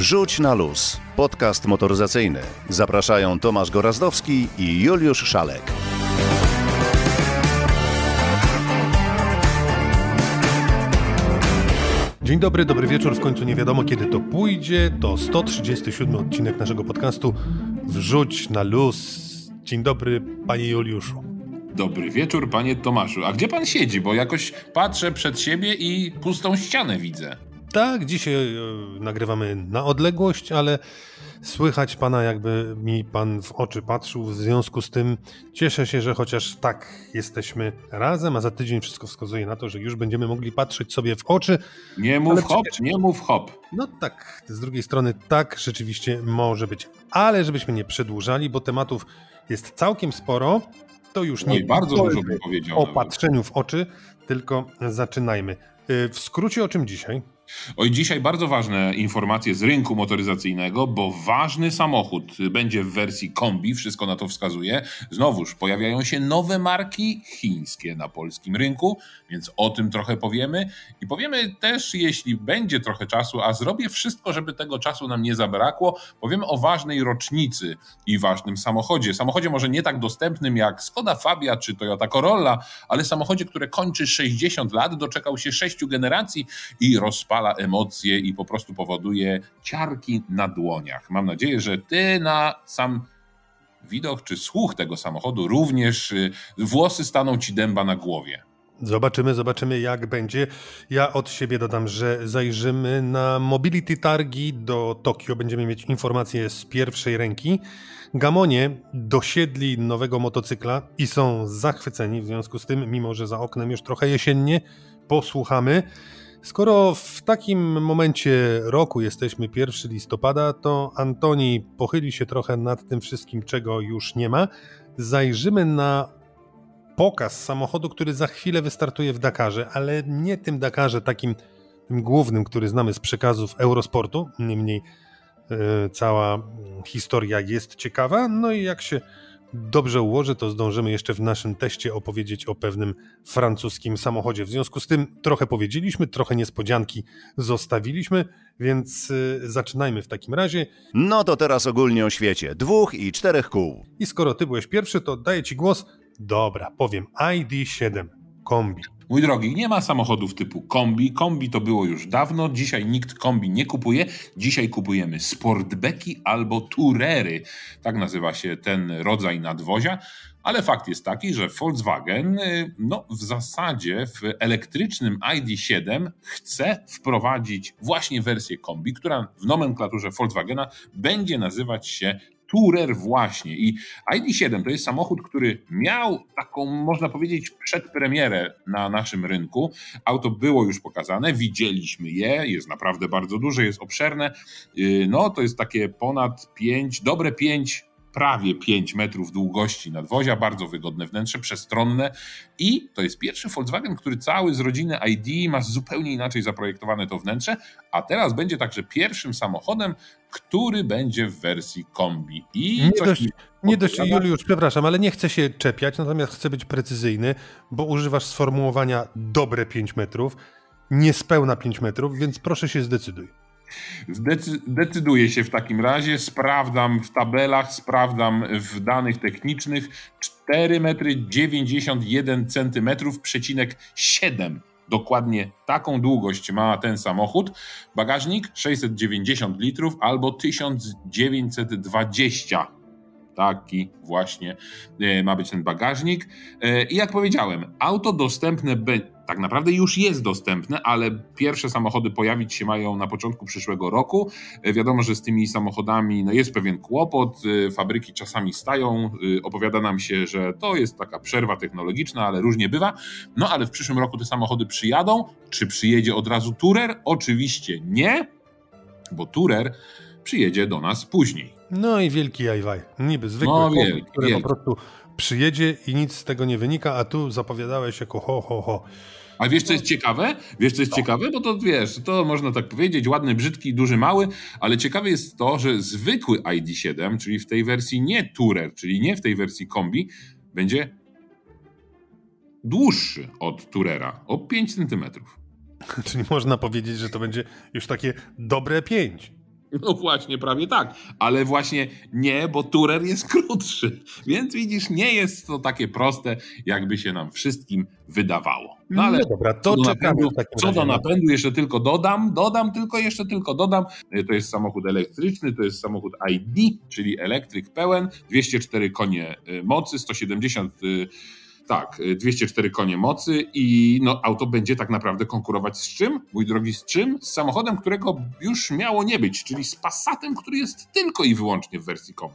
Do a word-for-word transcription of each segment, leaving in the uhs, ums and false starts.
Wrzuć na luz. Podcast motoryzacyjny. Zapraszają Tomasz Gorazdowski i Juliusz Szalek. Dzień dobry, dobry wieczór. W końcu nie wiadomo, kiedy to pójdzie. To sto trzydziesty siódmy odcinek naszego podcastu Wrzuć na luz. Dzień dobry, panie Juliuszu. Dobry wieczór, panie Tomaszu. A gdzie pan siedzi? Bo jakoś patrzę przed siebie i pustą ścianę widzę. Tak, dzisiaj e, nagrywamy na odległość, ale słychać pana, jakby mi pan w oczy patrzył. W związku z tym cieszę się, że chociaż tak jesteśmy razem, a za tydzień wszystko wskazuje na to, że już będziemy mogli patrzeć sobie w oczy. Nie mów ale hop, przecież... nie mów hop. No tak, z drugiej strony tak rzeczywiście może być. Ale żebyśmy nie przedłużali, bo tematów jest całkiem sporo, to już nie Oj, bardzo dużo bym powiedział. O patrzeniu w oczy, tylko zaczynajmy. W skrócie o czym dzisiaj? Oj, dzisiaj bardzo ważne informacje z rynku motoryzacyjnego, bo ważny samochód będzie w wersji kombi, wszystko na to wskazuje. Znowuż pojawiają się nowe marki chińskie na polskim rynku, więc o tym trochę powiemy. I powiemy też, jeśli będzie trochę czasu, a zrobię wszystko, żeby tego czasu nam nie zabrakło, powiemy o ważnej rocznicy i ważnym samochodzie. Samochodzie może nie tak dostępnym jak Skoda Fabia czy Toyota Corolla, ale samochodzie, które kończy sześćdziesiąt lat, doczekał się sześciu generacji i rozpada emocje i po prostu powoduje ciarki na dłoniach. Mam nadzieję, że ty na sam widok czy słuch tego samochodu również włosy staną ci dęba na głowie. Zobaczymy, zobaczymy jak będzie. Ja od siebie dodam, że zajrzymy na Mobility Targi do Tokio. Będziemy mieć informacje z pierwszej ręki. Gamonie dosiedli nowego motocykla i są zachwyceni. W związku z tym, mimo że za oknem już trochę jesiennie, posłuchamy. Skoro w takim momencie roku jesteśmy pierwszego listopada, to Antoni pochyli się trochę nad tym wszystkim, czego już nie ma. Zajrzymy na pokaz samochodu, który za chwilę wystartuje w Dakarze, ale nie tym Dakarze takim tym głównym, który znamy z przekazów Eurosportu. Niemniej yy, cała historia jest ciekawa. No i jak się dobrze ułoży, to zdążymy jeszcze w naszym teście opowiedzieć o pewnym francuskim samochodzie. W związku z tym trochę powiedzieliśmy, trochę niespodzianki zostawiliśmy, więc y, zaczynajmy w takim razie. No to teraz ogólnie o świecie dwóch i czterech kół. I skoro ty byłeś pierwszy, to daję ci głos. Dobra, powiem I D siedem kombi. Mój drogi, nie ma samochodów typu kombi. Kombi to było już dawno. Dzisiaj nikt kombi nie kupuje. Dzisiaj kupujemy sportbeki albo tourery. Tak nazywa się ten rodzaj nadwozia. Ale fakt jest taki, że Volkswagen no, w zasadzie w elektrycznym I D siedem chce wprowadzić właśnie wersję kombi, która w nomenklaturze Volkswagena będzie nazywać się Tourer właśnie. I I D siedem to jest samochód, który miał taką, można powiedzieć, przedpremierę na naszym rynku. Auto było już pokazane, widzieliśmy je, jest naprawdę bardzo duże, jest obszerne. No to jest takie ponad pięć, dobre pięć, prawie pięć metrów długości nadwozia, bardzo wygodne wnętrze, przestronne i to jest pierwszy Volkswagen, który cały z rodziny I D ma zupełnie inaczej zaprojektowane to wnętrze, a teraz będzie także pierwszym samochodem, który będzie w wersji kombi. I nie coś dość, nie dość, podpowiada... Juliusz, przepraszam, ale nie chcę się czepiać, natomiast chcę być precyzyjny, bo używasz sformułowania dobre pięć metrów, niespełna pięć metrów, więc proszę się zdecyduj. Zdecyduję się w takim razie, sprawdzam w tabelach, sprawdzam w danych technicznych cztery metry dziewięćdziesiąt jeden centymetrów przecinek siedem. Dokładnie taką długość ma ten samochód. Bagażnik sześćset dziewięćdziesiąt litrów albo tysiąc dziewięćset dwadzieścia. Taki właśnie ma być ten bagażnik. I jak powiedziałem, auto dostępne, tak naprawdę już jest dostępne, ale pierwsze samochody pojawić się mają na początku przyszłego roku. Wiadomo, że z tymi samochodami no jest pewien kłopot, fabryki czasami stają, opowiada nam się, że to jest taka przerwa technologiczna, ale różnie bywa. No ale w przyszłym roku te samochody przyjadą. Czy przyjedzie od razu Tourer? Oczywiście nie, bo Tourer przyjedzie do nas później. No i wielki jajwaj. Niby zwykły no, kombi, wielki, który wielki. po prostu przyjedzie i nic z tego nie wynika, a tu zapowiadałeś jako ho, ho, ho. A wiesz, co jest ciekawe? Wiesz, co jest no. ciekawe? Bo to wiesz, to można tak powiedzieć, ładny, brzydki, duży, mały, ale ciekawe jest to, że zwykły I D siedem, czyli w tej wersji nie Tourer, czyli nie w tej wersji kombi, będzie dłuższy od Tourera o pięć centymetrów. Czyli można powiedzieć, że to będzie już takie dobre pięć. No właśnie, prawie tak. Ale właśnie nie, bo Tourer jest krótszy. Więc widzisz, nie jest to takie proste, jakby się nam wszystkim wydawało. No ale no dobra, to co do czekamy napędu, w takim co razie. do napędu jeszcze tylko dodam, dodam tylko jeszcze tylko dodam. To jest samochód elektryczny, to jest samochód I D, czyli elektryk pełen, dwieście cztery konie mocy, sto siedemdziesiąt Tak, dwieście cztery konie mocy i no, auto będzie tak naprawdę konkurować z czym? Mój drogi, z czym? Z samochodem, którego już miało nie być, czyli z Passatem, który jest tylko i wyłącznie w wersji kombi.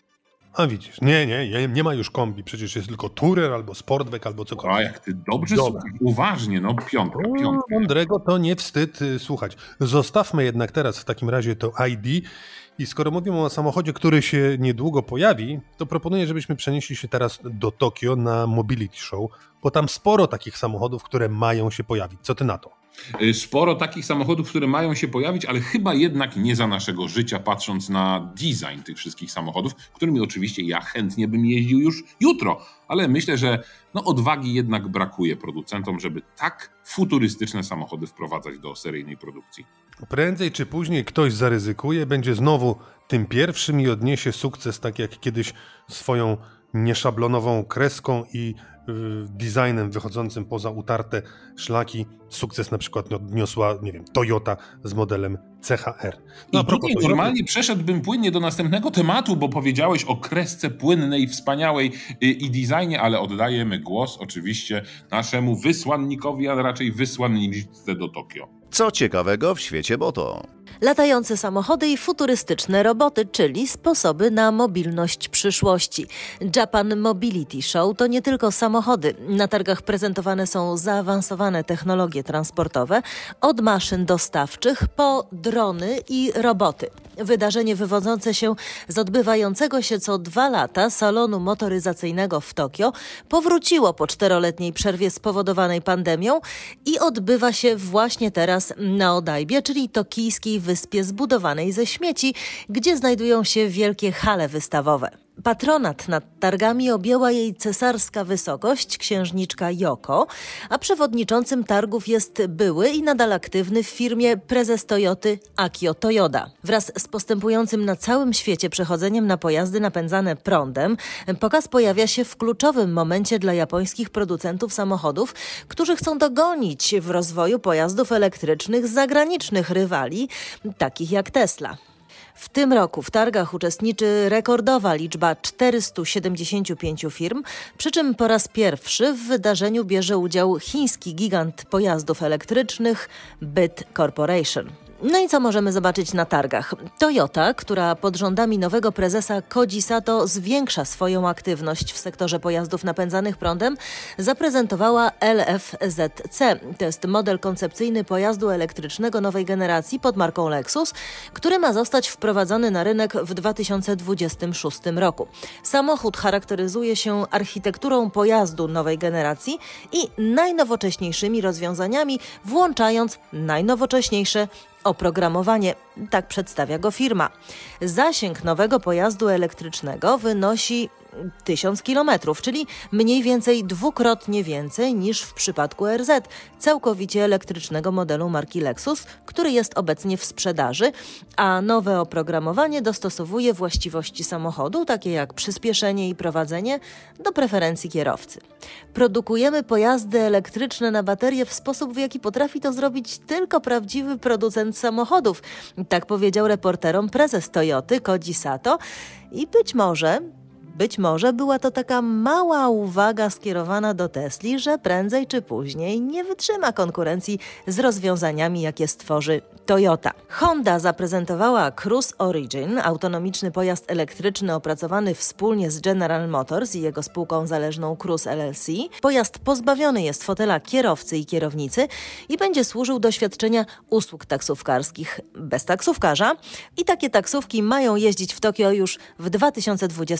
A widzisz, nie, nie, nie ma już kombi, przecież jest tylko Tourer albo Sportback albo cokolwiek. A jak ty dobrze Dobra. słuchasz, uważnie, no piątka, O, piątka. mądrego to nie wstyd y, słuchać. Zostawmy jednak teraz w takim razie to I D i skoro mówimy o samochodzie, który się niedługo pojawi, to proponuję, żebyśmy przenieśli się teraz do Tokio na Mobility Show, bo tam sporo takich samochodów, które mają się pojawić. Co ty na to? Sporo takich samochodów, które mają się pojawić, ale chyba jednak nie za naszego życia, patrząc na design tych wszystkich samochodów, którymi oczywiście ja chętnie bym jeździł już jutro, ale myślę, że no odwagi jednak brakuje producentom, żeby tak futurystyczne samochody wprowadzać do seryjnej produkcji. Prędzej czy później ktoś zaryzykuje, będzie znowu tym pierwszym i odniesie sukces, tak jak kiedyś swoją nieszablonową kreską i designem wychodzącym poza utarte szlaki. Sukces na przykład odniosła, nie wiem, Toyota z modelem C H R. No I tutaj normalnie przeszedłbym płynnie do następnego tematu, bo powiedziałeś o kresce płynnej, wspaniałej i designie, ale oddajemy głos oczywiście naszemu wysłannikowi, a raczej wysłanniczce do Tokio. Co ciekawego w świecie moto? Latające samochody i futurystyczne roboty, czyli sposoby na mobilność przyszłości. Japan Mobility Show to nie tylko samochody. Na targach prezentowane są zaawansowane technologie transportowe, od maszyn dostawczych po drony i roboty. Wydarzenie wywodzące się z odbywającego się co dwa lata salonu motoryzacyjnego w Tokio powróciło po czteroletniej przerwie spowodowanej pandemią i odbywa się właśnie teraz na Odaibe, czyli tokijskiej wyspie zbudowanej ze śmieci, gdzie znajdują się wielkie hale wystawowe. Patronat nad targami objęła jej cesarska wysokość, księżniczka Yoko, a przewodniczącym targów jest były i nadal aktywny w firmie prezes Toyoty Akio Toyoda. Wraz z postępującym na całym świecie przechodzeniem na pojazdy napędzane prądem, pokaz pojawia się w kluczowym momencie dla japońskich producentów samochodów, którzy chcą dogonić w rozwoju pojazdów elektrycznych zagranicznych rywali, takich jak Tesla. W tym roku w targach uczestniczy rekordowa liczba czterysta siedemdziesiąt pięć firm, przy czym po raz pierwszy w wydarzeniu bierze udział chiński gigant pojazdów elektrycznych Byt Corporation. No i co możemy zobaczyć na targach? Toyota, która pod rządami nowego prezesa Koji Sato zwiększa swoją aktywność w sektorze pojazdów napędzanych prądem, zaprezentowała L F Z C. To jest model koncepcyjny pojazdu elektrycznego nowej generacji pod marką Lexus, który ma zostać wprowadzony na rynek w dwa tysiące dwudziestym szóstym roku. Samochód charakteryzuje się architekturą pojazdu nowej generacji i najnowocześniejszymi rozwiązaniami, włączając najnowocześniejsze oprogramowanie. Tak przedstawia go firma. Zasięg nowego pojazdu elektrycznego wynosi tysiąc kilometrów, czyli mniej więcej dwukrotnie więcej niż w przypadku R Z, całkowicie elektrycznego modelu marki Lexus, który jest obecnie w sprzedaży, a nowe oprogramowanie dostosowuje właściwości samochodu, takie jak przyspieszenie i prowadzenie, do preferencji kierowcy. Produkujemy pojazdy elektryczne na baterie w sposób, w jaki potrafi to zrobić tylko prawdziwy producent samochodów. Tak powiedział reporterom prezes Toyoty Koji Sato i być może Być może była to taka mała uwaga skierowana do Tesli, że prędzej czy później nie wytrzyma konkurencji z rozwiązaniami, jakie stworzy Toyota. Honda zaprezentowała Cruise Origin, autonomiczny pojazd elektryczny opracowany wspólnie z General Motors i jego spółką zależną Cruise L L C. Pojazd pozbawiony jest fotela kierowcy i kierownicy i będzie służył do świadczenia usług taksówkarskich bez taksówkarza. I takie taksówki mają jeździć w Tokio już w dwa tysiące dwudziestym szóstym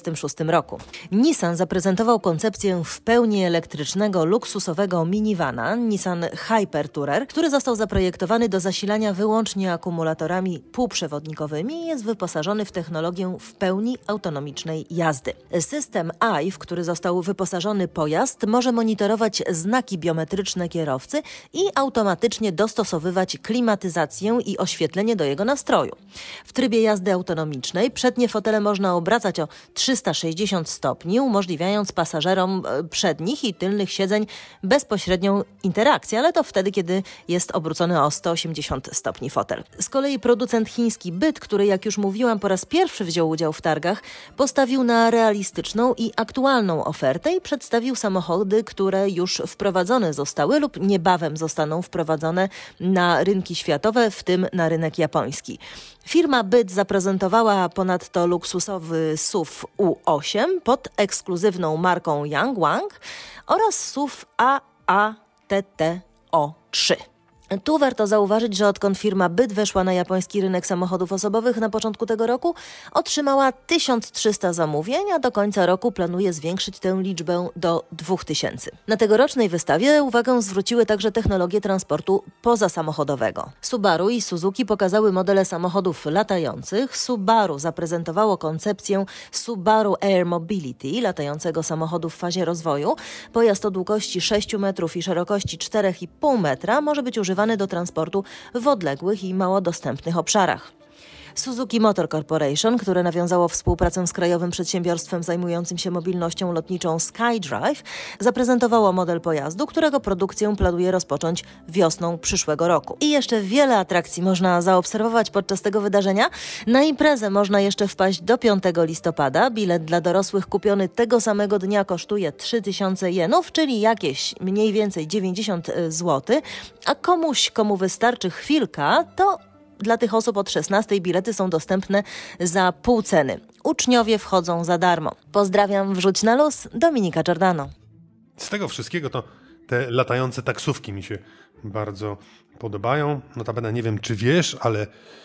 tym roku. Nissan zaprezentował koncepcję w pełni elektrycznego, luksusowego minivana Nissan Hyper Tourer, który został zaprojektowany do zasilania wyłącznie akumulatorami półprzewodnikowymi i jest wyposażony w technologię w pełni autonomicznej jazdy. System i, w który został wyposażony pojazd, może monitorować znaki biometryczne kierowcy i automatycznie dostosowywać klimatyzację i oświetlenie do jego nastroju. W trybie jazdy autonomicznej przednie fotele można obracać o trzysta sześćdziesiąt stopni, umożliwiając pasażerom przednich i tylnych siedzeń bezpośrednią interakcję, ale to wtedy, kiedy jest obrócony o sto osiemdziesiąt stopni fotel. Z kolei producent chiński Byt, który jak już mówiłam po raz pierwszy wziął udział w targach, postawił na realistyczną i aktualną ofertę i przedstawił samochody, które już wprowadzone zostały lub niebawem zostaną wprowadzone na rynki światowe, w tym na rynek japoński. Firma Byt zaprezentowała ponadto luksusowy S U V U osiem pod ekskluzywną marką Yangwang oraz S U V A A T T O trzy. Tu warto zauważyć, że odkąd firma Byt weszła na japoński rynek samochodów osobowych na początku tego roku, otrzymała tysiąc trzysta zamówień, a do końca roku planuje zwiększyć tę liczbę do dwa tysiące. Na tegorocznej wystawie uwagę zwróciły także technologie transportu pozasamochodowego. Subaru i Suzuki pokazały modele samochodów latających. Subaru zaprezentowało koncepcję Subaru Air Mobility, latającego samochodu w fazie rozwoju. Pojazd o długości sześć metrów i szerokości cztery i pół metra może być używany do transportu w odległych i mało dostępnych obszarach. Suzuki Motor Corporation, które nawiązało współpracę z krajowym przedsiębiorstwem zajmującym się mobilnością lotniczą SkyDrive, zaprezentowało model pojazdu, którego produkcję planuje rozpocząć wiosną przyszłego roku. I jeszcze wiele atrakcji można zaobserwować podczas tego wydarzenia. Na imprezę można jeszcze wpaść do piątego listopada. Bilet dla dorosłych kupiony tego samego dnia kosztuje trzy tysiące jenów, czyli jakieś mniej więcej dziewięćdziesiąt złotych, a komuś, komu wystarczy chwilka, to dla tych osób od szesnastej bilety są dostępne za pół ceny. Uczniowie wchodzą za darmo. Pozdrawiam, wrzuć na luz, Dominika Giordano. Z tego wszystkiego to te latające taksówki mi się bardzo podobają. Notabene nie wiem, czy wiesz, ale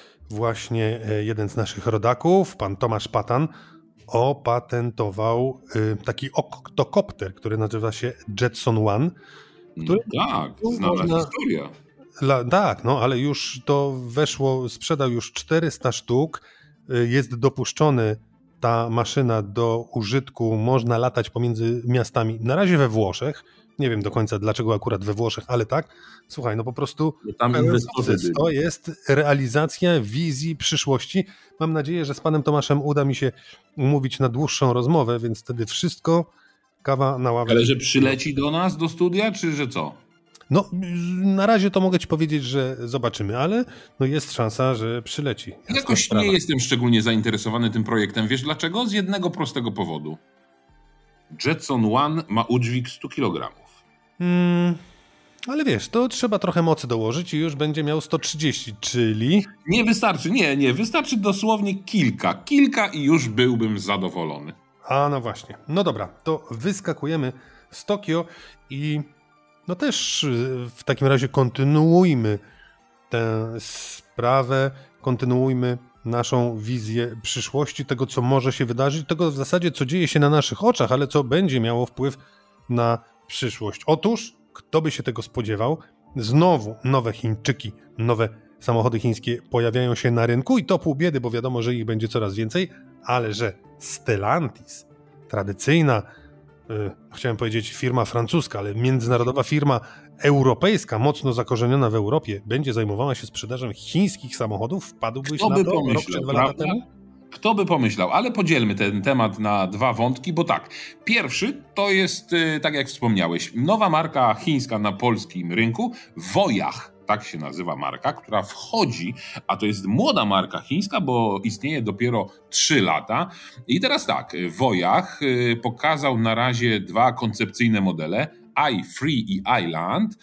właśnie jeden z naszych rodaków, pan Tomasz Patan, opatentował taki oktokopter, który nazywa się Jetson One. Który no tak, znana można... historia. La, tak, no ale już to weszło, sprzedał już czterysta sztuk, jest dopuszczony ta maszyna do użytku, można latać pomiędzy miastami, na razie we Włoszech, nie wiem do końca dlaczego akurat we Włoszech, ale tak, słuchaj, no po prostu tam to jest realizacja wizji przyszłości. Mam nadzieję, że z panem Tomaszem uda mi się umówić na dłuższą rozmowę, więc wtedy wszystko, kawa na ławę. Ale że przyleci do nas, do studia, czy że co? No, na razie to mogę ci powiedzieć, że zobaczymy, ale no jest szansa, że przyleci. Jakoś nie jestem szczególnie zainteresowany tym projektem. Wiesz dlaczego? Z jednego prostego powodu. Jetson One ma udźwig sto kilogramów. Hmm, ale wiesz, to trzeba trochę mocy dołożyć i już będzie miał sto trzydzieści, czyli... Nie wystarczy, nie, nie. Wystarczy dosłownie kilka. Kilka i już byłbym zadowolony. A no właśnie. No dobra, to wyskakujemy z Tokio i... No też w takim razie kontynuujmy tę sprawę, kontynuujmy naszą wizję przyszłości, tego co może się wydarzyć, tego w zasadzie co dzieje się na naszych oczach, ale co będzie miało wpływ na przyszłość. Otóż, kto by się tego spodziewał, znowu nowe Chińczyki, nowe samochody chińskie pojawiają się na rynku i to pół biedy, bo wiadomo, że ich będzie coraz więcej, ale że Stellantis, tradycyjna, chciałem powiedzieć firma francuska, ale międzynarodowa firma europejska, mocno zakorzeniona w Europie, będzie zajmowała się sprzedażą chińskich samochodów, wpadłbyś Kto na by to pomyślał, rok czy dwa lata temu? Kto by pomyślał, ale podzielmy ten temat na dwa wątki, bo tak, pierwszy to jest, tak jak wspomniałeś, nowa marka chińska na polskim rynku, Wojach. Tak się nazywa marka, która wchodzi, a to jest młoda marka chińska, bo istnieje dopiero trzy lata. I teraz tak, Wojach pokazał na razie dwa koncepcyjne modele, i-Free i i-Land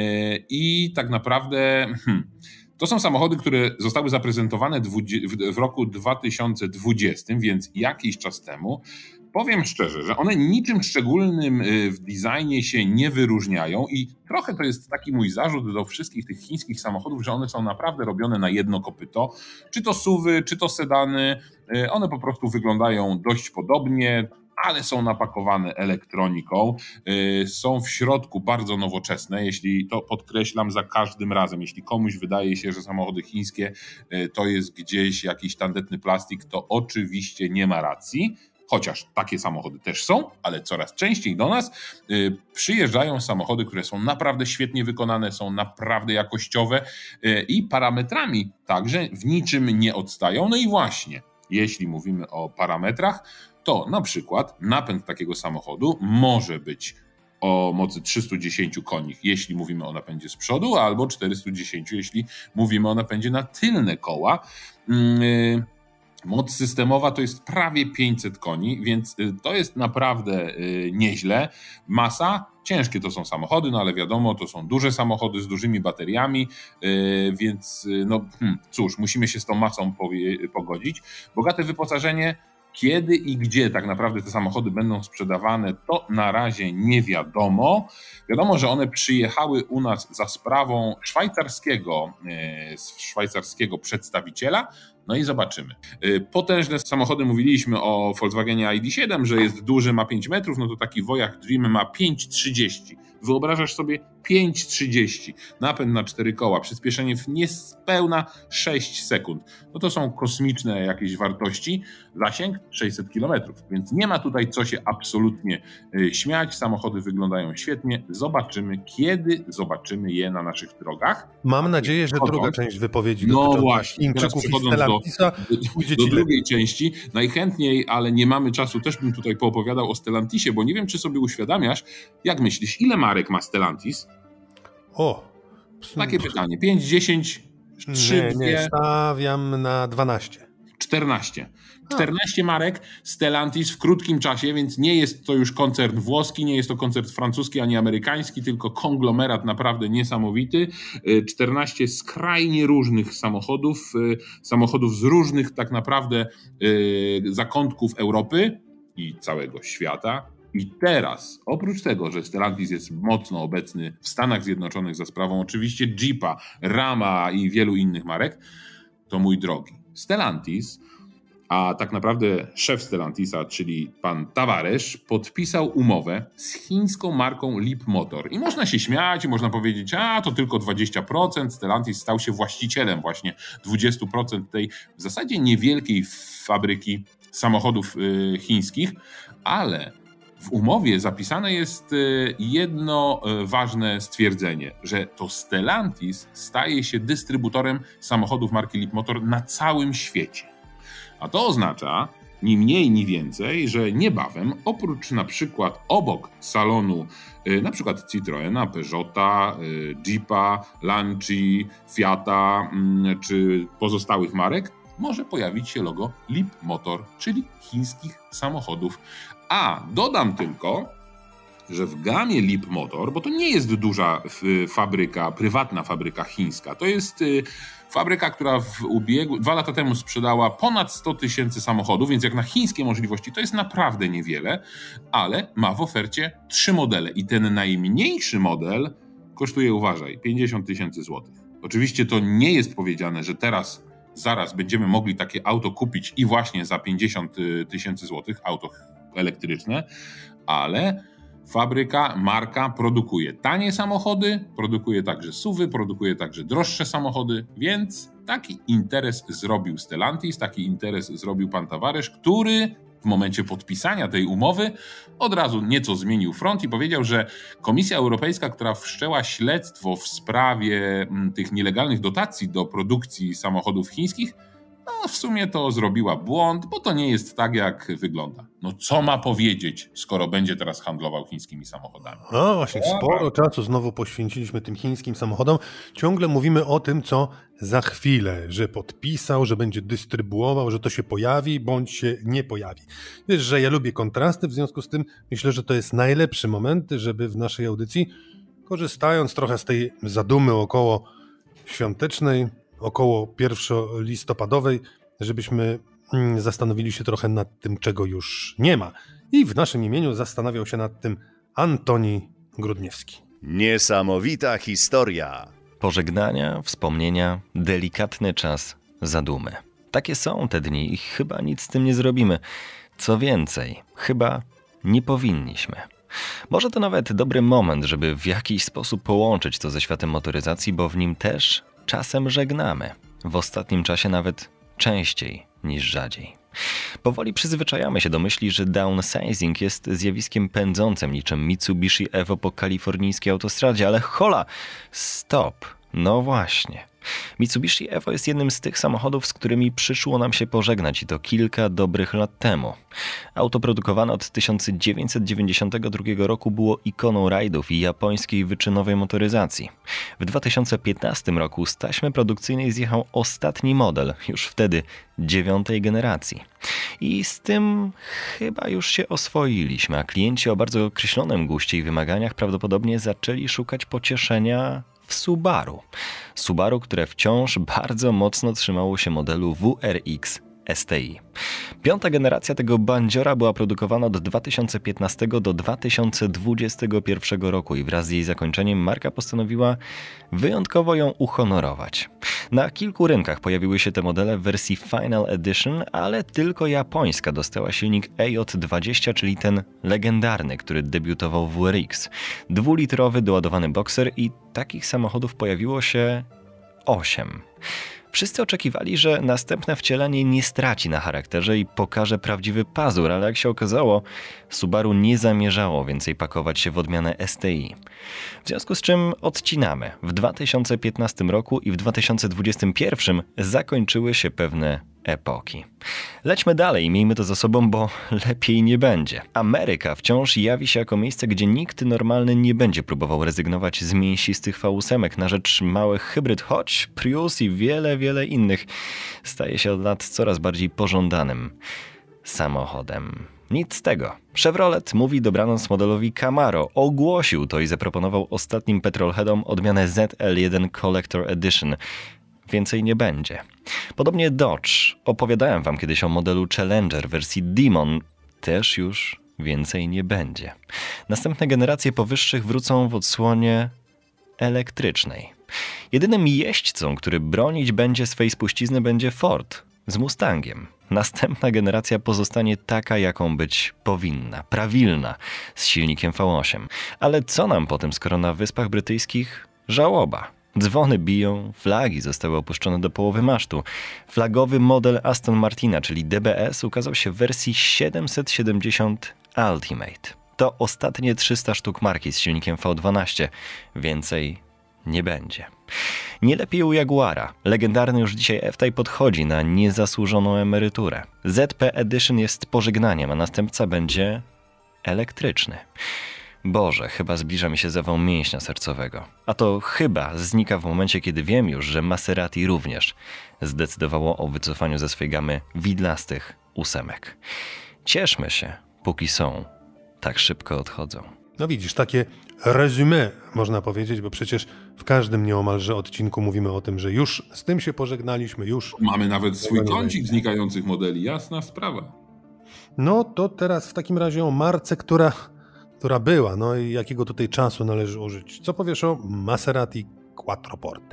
i tak naprawdę hmm, to są samochody, które zostały zaprezentowane w roku dwa tysiące dwudziestym, więc jakiś czas temu. Powiem szczerze, że one niczym szczególnym w designie się nie wyróżniają i trochę to jest taki mój zarzut do wszystkich tych chińskich samochodów, że one są naprawdę robione na jedno kopyto. Czy to suwy, czy to sedany, one po prostu wyglądają dość podobnie, ale są napakowane elektroniką, są w środku bardzo nowoczesne, jeśli to podkreślam za każdym razem, jeśli komuś wydaje się, że samochody chińskie to jest gdzieś jakiś tandetny plastik, to oczywiście nie ma racji. Chociaż takie samochody też są, ale coraz częściej do nas y, przyjeżdżają samochody, które są naprawdę świetnie wykonane, są naprawdę jakościowe y, i parametrami także w niczym nie odstają. No i właśnie, jeśli mówimy o parametrach, to na przykład napęd takiego samochodu może być o mocy trzysta dziesięć koni, jeśli mówimy o napędzie z przodu, albo czterysta dziesięć, jeśli mówimy o napędzie na tylne koła. Yy, Moc systemowa to jest prawie pięćset koni, więc to jest naprawdę nieźle. Masa, ciężkie to są samochody, no ale wiadomo, to są duże samochody z dużymi bateriami, więc no hmm, cóż, musimy się z tą masą pogodzić. Bogate wyposażenie, kiedy i gdzie tak naprawdę te samochody będą sprzedawane, to na razie nie wiadomo. Wiadomo, że one przyjechały u nas za sprawą szwajcarskiego, szwajcarskiego przedstawiciela. No i zobaczymy. Potężne samochody, mówiliśmy o Volkswagenie I D siedem, że jest duży, ma pięć metrów, no to taki Wojak Dream ma pięć trzydzieści. Wyobrażasz sobie pięć trzydzieści, napęd na cztery koła, przyspieszenie w niespełna sześć sekund. No to są kosmiczne jakieś wartości, zasięg sześćset kilometrów, więc nie ma tutaj co się absolutnie śmiać, samochody wyglądają świetnie, zobaczymy, kiedy zobaczymy je na naszych drogach. Mam nadzieję, że druga część wypowiedzi no właśnie, Chińczyków i Stellantisa do, do drugiej części, najchętniej, ale nie mamy czasu, też bym tutaj poopowiadał o Stellantisie, bo nie wiem, czy sobie uświadamiasz, jak myślisz, ile marek ma Stellantis? O! Takie pytanie, pięć, dziesięć, trzy, nie, dwie... Nie, stawiam na dwanaście. czternaście. czternaście marek Stellantis w krótkim czasie, więc nie jest to już koncern włoski, nie jest to koncern francuski ani amerykański, tylko konglomerat naprawdę niesamowity. czternaście skrajnie różnych samochodów, samochodów z różnych tak naprawdę zakątków Europy i całego świata. I teraz, oprócz tego, że Stellantis jest mocno obecny w Stanach Zjednoczonych za sprawą oczywiście Jeepa, Rama i wielu innych marek, to mój drogi, Stellantis, a tak naprawdę szef Stellantisa, czyli pan Tavares, podpisał umowę z chińską marką Leapmotor. I można się śmiać, i można powiedzieć, a to tylko dwadzieścia procent, Stellantis stał się właścicielem właśnie dwadzieścia procent tej w zasadzie niewielkiej fabryki samochodów chińskich, ale w umowie zapisane jest jedno ważne stwierdzenie, że to Stellantis staje się dystrybutorem samochodów marki Leapmotor na całym świecie. A to oznacza ni mniej, ni więcej, że niebawem oprócz na przykład obok salonu na przykład Citroena, Peugeota, Jeepa, Lancia, Fiata czy pozostałych marek może pojawić się logo Leapmotor, czyli chińskich samochodów. A dodam tylko, że w gamie Leapmotor, bo to nie jest duża fabryka, prywatna fabryka chińska, to jest fabryka, która w ubiegu, dwa lata temu sprzedała ponad sto tysięcy samochodów, więc jak na chińskie możliwości to jest naprawdę niewiele, ale ma w ofercie trzy modele i ten najmniejszy model kosztuje, uważaj, pięćdziesiąt tysięcy złotych. Oczywiście to nie jest powiedziane, że teraz zaraz będziemy mogli takie auto kupić i właśnie za pięćdziesiąt tysięcy złotych, auto elektryczne, ale fabryka, marka produkuje tanie samochody, produkuje także suwy, produkuje także droższe samochody, więc taki interes zrobił Stellantis, taki interes zrobił pan Tavares, który w momencie podpisania tej umowy od razu nieco zmienił front i powiedział, że Komisja Europejska, która wszczęła śledztwo w sprawie tych nielegalnych dotacji do produkcji samochodów chińskich, no w sumie to zrobiła błąd, bo to nie jest tak, jak wygląda. No co ma powiedzieć, skoro będzie teraz handlował chińskimi samochodami? No właśnie, sporo czasu znowu poświęciliśmy tym chińskim samochodom. Ciągle mówimy o tym, co za chwilę, że podpisał, że będzie dystrybuował, że to się pojawi, bądź się nie pojawi. Wiesz, że ja lubię kontrasty, w związku z tym myślę, że to jest najlepszy moment, żeby w naszej audycji, korzystając trochę z tej zadumy około świątecznej, około pierwszolistopadowej, żebyśmy zastanowili się trochę nad tym, czego już nie ma. I w naszym imieniu zastanawiał się nad tym Antoni Grudniewski. Niesamowita historia. Pożegnania, wspomnienia, delikatny czas zadumy. Takie są te dni i chyba nic z tym nie zrobimy. Co więcej, chyba nie powinniśmy. Może to nawet dobry moment, żeby w jakiś sposób połączyć to ze światem motoryzacji, bo w nim też czasem żegnamy. W ostatnim czasie nawet częściej niż rzadziej. Powoli przyzwyczajamy się do myśli, że downsizing jest zjawiskiem pędzącym niczym Mitsubishi Evo po kalifornijskiej autostradzie, ale hola, stop, no właśnie. Mitsubishi Evo jest jednym z tych samochodów, z którymi przyszło nam się pożegnać i to kilka dobrych lat temu. Auto produkowane od tysiąc dziewięćset dziewięćdziesiątego drugiego roku było ikoną rajdów i japońskiej wyczynowej motoryzacji. W dwa tysiące piętnastym roku z taśmy produkcyjnej zjechał ostatni model, już wtedy dziewiątej generacji. I z tym chyba już się oswoiliśmy, a klienci o bardzo określonym guście i wymaganiach prawdopodobnie zaczęli szukać pocieszenia w Subaru. Subaru, które wciąż bardzo mocno trzymało się modelu W R X S T I. Piąta generacja tego bandziora była produkowana od dwa tysiące piętnastego do dwa tysiące dwudziestego pierwszego roku i wraz z jej zakończeniem marka postanowiła wyjątkowo ją uhonorować. Na kilku rynkach pojawiły się te modele w wersji Final Edition, ale tylko japońska dostała silnik A J dwadzieścia, czyli ten legendarny, który debiutował w W R X. Dwulitrowy doładowany bokser i takich samochodów pojawiło się osiem. Wszyscy oczekiwali, że następne wcielenie nie straci na charakterze i pokaże prawdziwy pazur, ale jak się okazało, Subaru nie zamierzało więcej pakować się w odmianę S T I. W związku z czym odcinamy. W dwa tysiące piętnastym roku i w dwa tysiące dwudziestym pierwszym zakończyły się pewne epoki. Lećmy dalej i miejmy to za sobą, bo lepiej nie będzie. Ameryka wciąż jawi się jako miejsce, gdzie nikt normalny nie będzie próbował rezygnować z mięsistych V osiem na rzecz małych hybryd, choć Prius i wiele, wiele innych staje się od lat coraz bardziej pożądanym samochodem. Nic z tego. Chevrolet mówi dobranoc modelowi Camaro, ogłosił to i zaproponował ostatnim petrolheadom odmianę Z L jeden Collector Edition. Więcej nie będzie. Podobnie Dodge. Opowiadałem wam kiedyś o modelu Challenger wersji Demon. Też już więcej nie będzie. Następne generacje powyższych wrócą w odsłonie elektrycznej. Jedynym jeźdźcą, który bronić będzie swej spuścizny, będzie Ford z Mustangiem. Następna generacja pozostanie taka, jaką być powinna, prawilna, z silnikiem V osiem. Ale co nam po tym, skoro na Wyspach Brytyjskich żałoba? Dzwony biją, flagi zostały opuszczone do połowy masztu. Flagowy model Aston Martina, czyli D B S, ukazał się w wersji siedemset siedemdziesiąt Ultimate. To ostatnie trzysta sztuk marki z silnikiem V dwanaście. Więcej nie będzie. Nie lepiej u Jaguara. Legendarny już dzisiaj F-Type podchodzi na niezasłużoną emeryturę. Z P Edition jest pożegnaniem, a następca będzie elektryczny. Boże, chyba zbliża mi się zawał mięśnia sercowego. A to chyba znika w momencie, kiedy wiem już, że Maserati również zdecydowało o wycofaniu ze swej gamy widlastych ósemek. Cieszmy się, póki są. Tak szybko odchodzą. No widzisz, takie resume można powiedzieć, bo przecież w każdym nieomalże odcinku mówimy o tym, że już z tym się pożegnaliśmy, już... Mamy nawet swój kącik znikających modeli, jasna sprawa. No to teraz w takim razie o marce, która... która była, no i jakiego tutaj czasu należy użyć. Co powiesz o Maserati Quattroporte?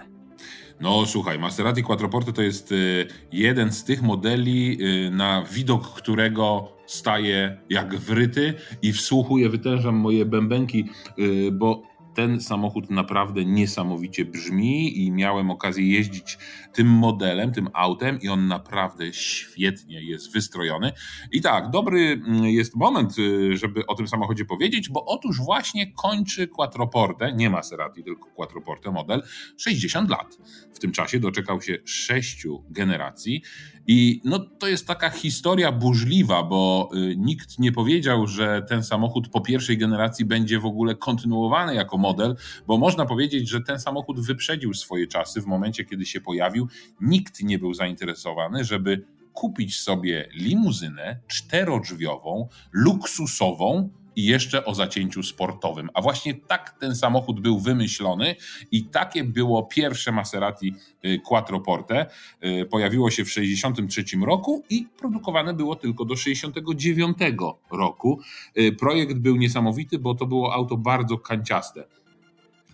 No słuchaj, Maserati Quattroporte to jest y, jeden z tych modeli, y, na widok którego staję jak wryty i wsłuchuję, wytężam moje bębenki, y, bo ten samochód naprawdę niesamowicie brzmi i miałem okazję jeździć tym modelem, tym autem i on naprawdę świetnie jest wystrojony. I tak, dobry jest moment, żeby o tym samochodzie powiedzieć, bo otóż właśnie kończy Quattroporte, nie Maserati, tylko Quattroporte model, sześćdziesiąt lat. W tym czasie doczekał się sześciu generacji i no to jest taka historia burzliwa, bo nikt nie powiedział, że ten samochód po pierwszej generacji będzie w ogóle kontynuowany jako model, bo można powiedzieć, że ten samochód wyprzedził swoje czasy w momencie, kiedy się pojawił. Nikt nie był zainteresowany, żeby kupić sobie limuzynę czterodrzwiową, luksusową i jeszcze o zacięciu sportowym. A właśnie tak ten samochód był wymyślony i takie było pierwsze Maserati Quattroporte. Pojawiło się w sześćdziesiątym trzecim roku i produkowane było tylko do sześćdziesiątego dziewiątego roku. Projekt był niesamowity, bo to było auto bardzo kanciaste.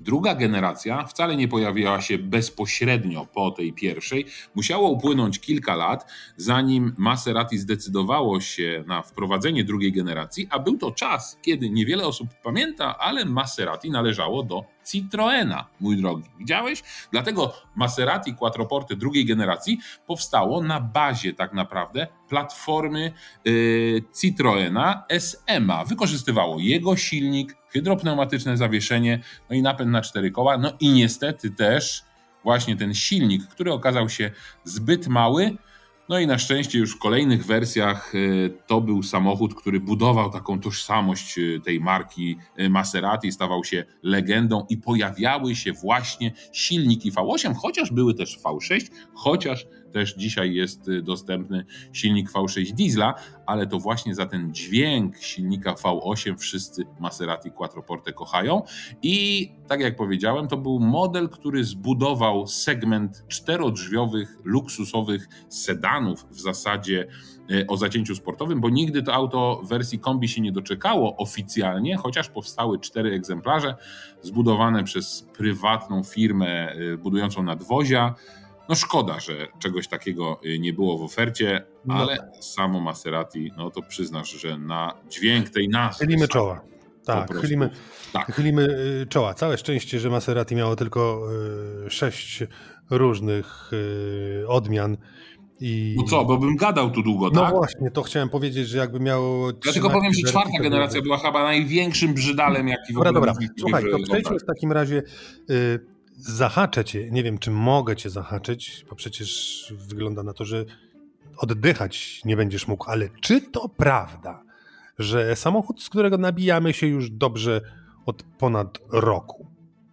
Druga generacja wcale nie pojawiła się bezpośrednio po tej pierwszej. Musiało upłynąć kilka lat, zanim Maserati zdecydowało się na wprowadzenie drugiej generacji, a był to czas, kiedy niewiele osób pamięta, ale Maserati należało do Citroena, mój drogi. Widziałeś? Dlatego Maserati Quattroporte drugiej generacji powstało na bazie tak naprawdę platformy yy, Citroena S M A. Wykorzystywało jego silnik, hydropneumatyczne zawieszenie, no i napęd na cztery koła, no i niestety też właśnie ten silnik, który okazał się zbyt mały. No i na szczęście już w kolejnych wersjach to był samochód, który budował taką tożsamość tej marki Maserati, stawał się legendą i pojawiały się właśnie silniki V osiem, chociaż były też V sześć, chociaż też dzisiaj jest dostępny silnik V sześć diesla, ale to właśnie za ten dźwięk silnika V osiem wszyscy Maserati Quattroporte kochają. I tak jak powiedziałem, to był model, który zbudował segment czterodrzwiowych, luksusowych sedanów w zasadzie o zacięciu sportowym, bo nigdy to auto w wersji kombi się nie doczekało oficjalnie, chociaż powstały cztery egzemplarze zbudowane przez prywatną firmę budującą nadwozia. No szkoda, że czegoś takiego nie było w ofercie, ale no. Samo Maserati, no to przyznasz, że na dźwięk tej nazwy... Chylimy czoła. Tak, chylimy, tak, chylimy czoła. Całe szczęście, że Maserati miało tylko y, sześć różnych y, odmian. I... No co, bo bym gadał tu długo, no tak? No właśnie, to chciałem powiedzieć, że jakby miało... Ja tylko powiem, że czwarta generacja była chyba największym brzydalem, jaki w ogóle... Dobra, dobra. Słuchaj, to przejdźmy w takim razie... Y, Zahaczę cię, nie wiem, czy mogę cię zahaczyć, bo przecież wygląda na to, że oddychać nie będziesz mógł, ale czy to prawda, że samochód, z którego nabijamy się już dobrze od ponad roku,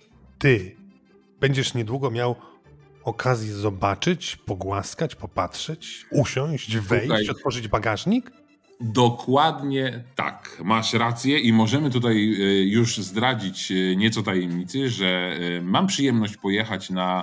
ty będziesz niedługo miał okazję zobaczyć, pogłaskać, popatrzeć, usiąść, wejść, Tutaj. otworzyć bagażnik? Dokładnie tak, masz rację i możemy tutaj już zdradzić nieco tajemnicy, że mam przyjemność pojechać na,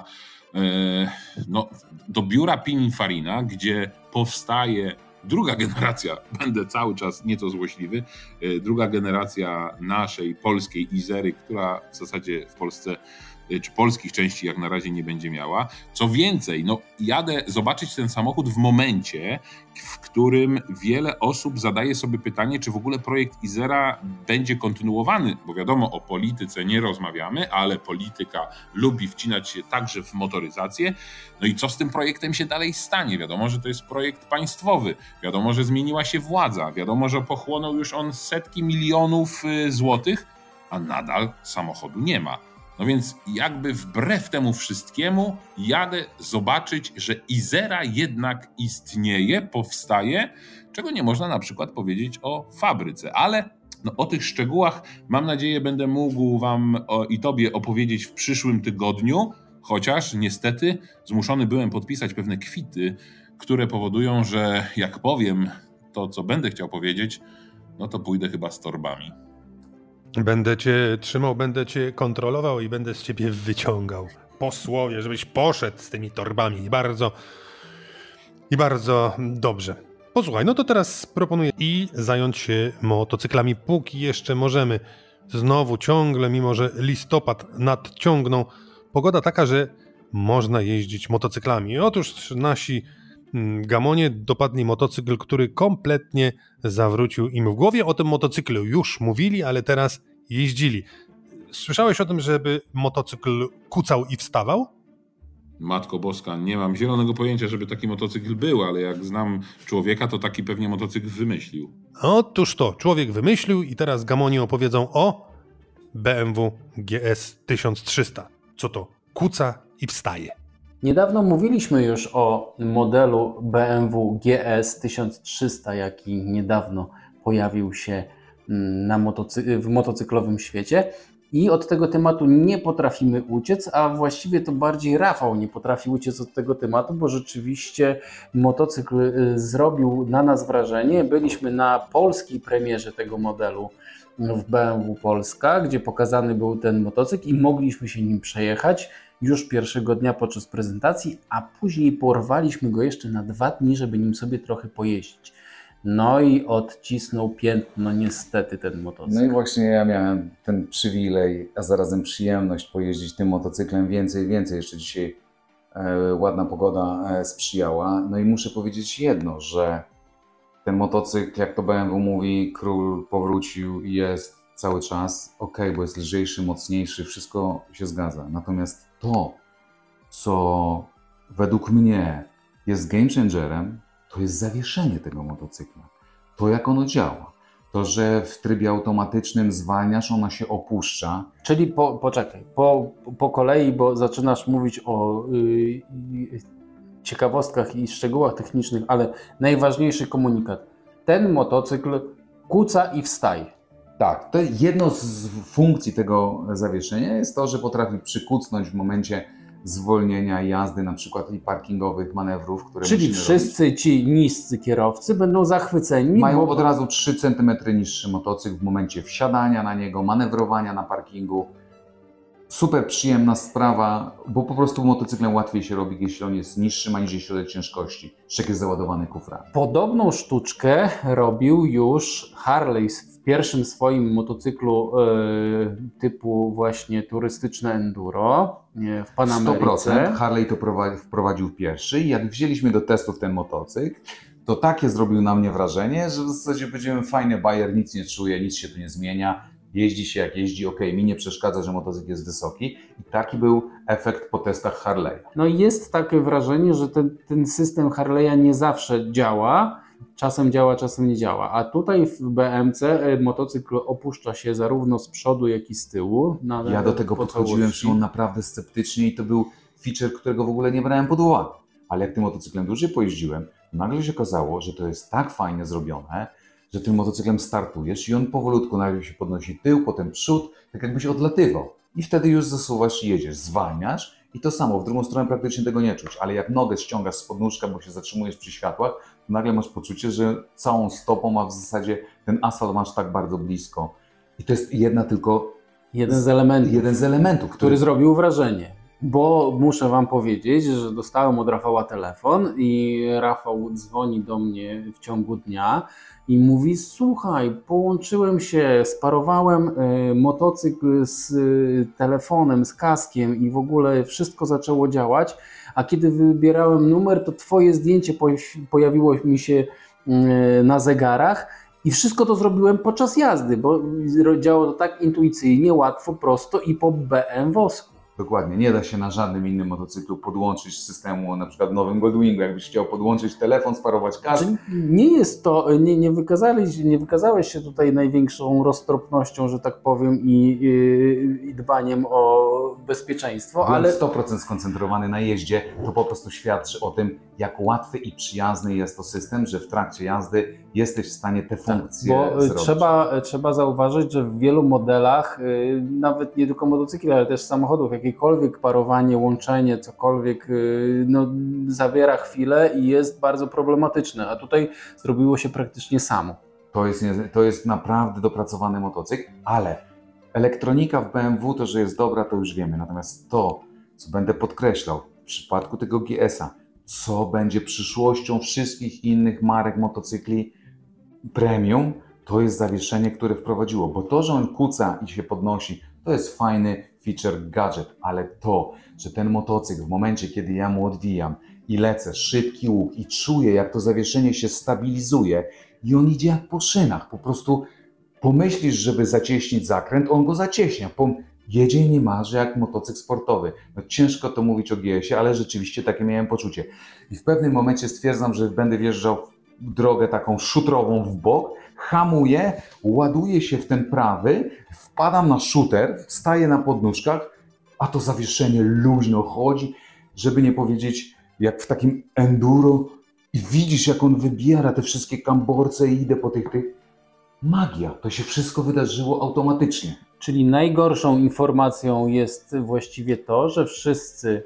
no, do biura Pininfarina, gdzie powstaje druga generacja, będę cały czas nieco złośliwy, druga generacja naszej polskiej Izery, która w zasadzie w Polsce czy polskich części jak na razie nie będzie miała. Co więcej, no jadę zobaczyć ten samochód w momencie, w którym wiele osób zadaje sobie pytanie, czy w ogóle projekt Izera będzie kontynuowany, bo wiadomo, o polityce nie rozmawiamy, ale polityka lubi wcinać się także w motoryzację. No i co z tym projektem się dalej stanie? Wiadomo, że to jest projekt państwowy, wiadomo, że zmieniła się władza, wiadomo, że pochłonął już on setki milionów złotych, a nadal samochodu nie ma. No więc jakby wbrew temu wszystkiemu jadę zobaczyć, że Izera jednak istnieje, powstaje, czego nie można na przykład powiedzieć o fabryce. Ale no, o tych szczegółach mam nadzieję będę mógł wam o, i tobie opowiedzieć w przyszłym tygodniu, chociaż niestety zmuszony byłem podpisać pewne kwity, które powodują, że jak powiem to, co będę chciał powiedzieć, no to pójdę chyba z torbami. Będę cię trzymał, będę cię kontrolował i będę z ciebie wyciągał posłowie, żebyś poszedł z tymi torbami. I bardzo, i bardzo dobrze. Posłuchaj, no to teraz proponuję i zająć się motocyklami, póki jeszcze możemy. Znowu ciągle, mimo że listopad nadciągnął, pogoda taka, że można jeździć motocyklami. Otóż nasi Gamonie dopadli motocykl, który kompletnie zawrócił im w głowie. O tym motocyklu już mówili, ale teraz jeździli. Słyszałeś o tym, żeby motocykl kucał i wstawał? Matko Boska, nie mam zielonego pojęcia, żeby taki motocykl był, ale jak znam człowieka, to taki pewnie motocykl wymyślił. Otóż to, człowiek wymyślił i teraz Gamonie opowiedzą o B M W G S tysiąc trzysta. Co to? Kuca i wstaje. Niedawno mówiliśmy już o modelu B M W G S tysiąc trzysta, jaki niedawno pojawił się na motocy- w motocyklowym świecie i od tego tematu nie potrafimy uciec, a właściwie to bardziej Rafał nie potrafi uciec od tego tematu, bo rzeczywiście motocykl zrobił na nas wrażenie. Byliśmy na polskiej premierze tego modelu w B M W Polska, gdzie pokazany był ten motocykl i mogliśmy się nim przejechać już pierwszego dnia podczas prezentacji, a później porwaliśmy go jeszcze na dwa dni, żeby nim sobie trochę pojeździć. No i odcisnął piętno niestety ten motocykl. No i właśnie ja miałem ten przywilej, a zarazem przyjemność pojeździć tym motocyklem więcej i więcej. Jeszcze dzisiaj e, ładna pogoda e, sprzyjała. No i muszę powiedzieć jedno, że ten motocykl, jak to B M W mówi, król powrócił i jest cały czas ok, bo jest lżejszy, mocniejszy, wszystko się zgadza. Natomiast to, co według mnie jest game changerem, to jest zawieszenie tego motocykla. To, jak ono działa. To, że w trybie automatycznym zwalniasz, ona się opuszcza. Czyli po, poczekaj, po, po kolei, bo zaczynasz mówić o yy, ciekawostkach i szczegółach technicznych, ale najważniejszy komunikat. Ten motocykl kuca i wstaje. Tak, to jedno z funkcji tego zawieszenia jest to, że potrafi przykucnąć w momencie zwolnienia jazdy, na przykład i parkingowych manewrów, które Czyli wszyscy robić. Ci niscy kierowcy będą zachwyceni. Mają bo... od razu trzy centymetry niższy motocykl w momencie wsiadania na niego, manewrowania na parkingu. Super przyjemna sprawa, bo po prostu motocyklem łatwiej się robi, jeśli on jest niższy, ma niżej środek ciężkości, jak jest załadowany kuframi. Podobną sztuczkę robił już Harley w pierwszym swoim motocyklu yy, typu właśnie turystyczne enduro yy, w Panameryce. sto procent Harley to wprowadził pierwszy i jak wzięliśmy do testów ten motocykl, to takie zrobił na mnie wrażenie, że w zasadzie powiedziałem, fajny bajer, nic nie czuję, nic się tu nie zmienia. Jeździ się jak jeździ, ok, mi nie przeszkadza, że motocykl jest wysoki i taki był efekt po testach Harley'a. No i jest takie wrażenie, że ten, ten system Harley'a nie zawsze działa, czasem działa, czasem nie działa, a tutaj w B M C motocykl opuszcza się zarówno z przodu, jak i z tyłu. Ja do tego podchodziłem, Szymon, naprawdę sceptycznie i to był feature, którego w ogóle nie brałem pod uwagę, ale jak tym motocyklem dłużej pojeździłem, nagle się okazało, że to jest tak fajnie zrobione, że tym motocyklem startujesz i on powolutku najpierw się podnosi tył, potem przód, tak jakbyś odlatywał. I wtedy już zasuwasz i jedziesz, zwalniasz i to samo, w drugą stronę praktycznie tego nie czuć, ale jak nogę ściągasz z podnóżka, bo się zatrzymujesz przy światłach, to nagle masz poczucie, że całą stopą, a w zasadzie ten asfalt masz tak bardzo blisko. I to jest jedna tylko... Jeden z elementów, jeden z elementów który, który zrobił wrażenie. Bo muszę Wam powiedzieć, że dostałem od Rafała telefon i Rafał dzwoni do mnie w ciągu dnia i mówi: słuchaj, połączyłem się, sparowałem y, motocykl z y, telefonem, z kaskiem i w ogóle wszystko zaczęło działać, a kiedy wybierałem numer, to Twoje zdjęcie po, pojawiło mi się y, na zegarach i wszystko to zrobiłem podczas jazdy, bo działało to tak intuicyjnie, łatwo, prosto i po B M W-sku. Dokładnie, nie da się na żadnym innym motocyklu podłączyć systemu, na przykład nowym Goldwingu, jakbyś chciał podłączyć telefon, sparować kask. Nie jest to, nie, nie, wykazałeś, nie wykazałeś się tutaj największą roztropnością, że tak powiem, i, i, i dbaniem o bezpieczeństwo, Byłem ale sto procent skoncentrowany na jeździe, to po prostu świadczy o tym, jak łatwy i przyjazny jest to system, że w trakcie jazdy jesteś w stanie te funkcje tak, bo zrobić. Trzeba, trzeba zauważyć, że w wielu modelach, nawet nie tylko motocykli, ale też samochodów, jakiekolwiek parowanie, łączenie, cokolwiek, no, zabiera chwilę i jest bardzo problematyczne, a tutaj zrobiło się praktycznie samo. To jest, to jest naprawdę dopracowany motocykl, ale elektronika w B M W, to, że jest dobra, to już wiemy. Natomiast to, co będę podkreślał w przypadku tego G S-a, co będzie przyszłością wszystkich innych marek motocykli premium, to jest zawieszenie, które wprowadziło. Bo to, że on kuca i się podnosi, to jest fajny feature gadżet, ale to, że ten motocykl w momencie, kiedy ja mu odwijam i lecę, szybki łuk i czuję, jak to zawieszenie się stabilizuje i on idzie jak po szynach, po prostu pomyślisz, żeby zacieśnić zakręt, on go zacieśnia. Jedzie i nie marzy jak motocykl sportowy. No, ciężko to mówić o G S-ie, ale rzeczywiście takie miałem poczucie. I w pewnym momencie stwierdzam, że będę wjeżdżał w drogę taką szutrową w bok, hamuję, ładuję się w ten prawy, wpadam na szuter, staję na podnóżkach, a to zawieszenie luźno chodzi, żeby nie powiedzieć jak w takim enduro i widzisz, jak on wybiera te wszystkie kamborce i idę po tych tych. Magia, to się wszystko wydarzyło automatycznie. Czyli najgorszą informacją jest właściwie to, że wszyscy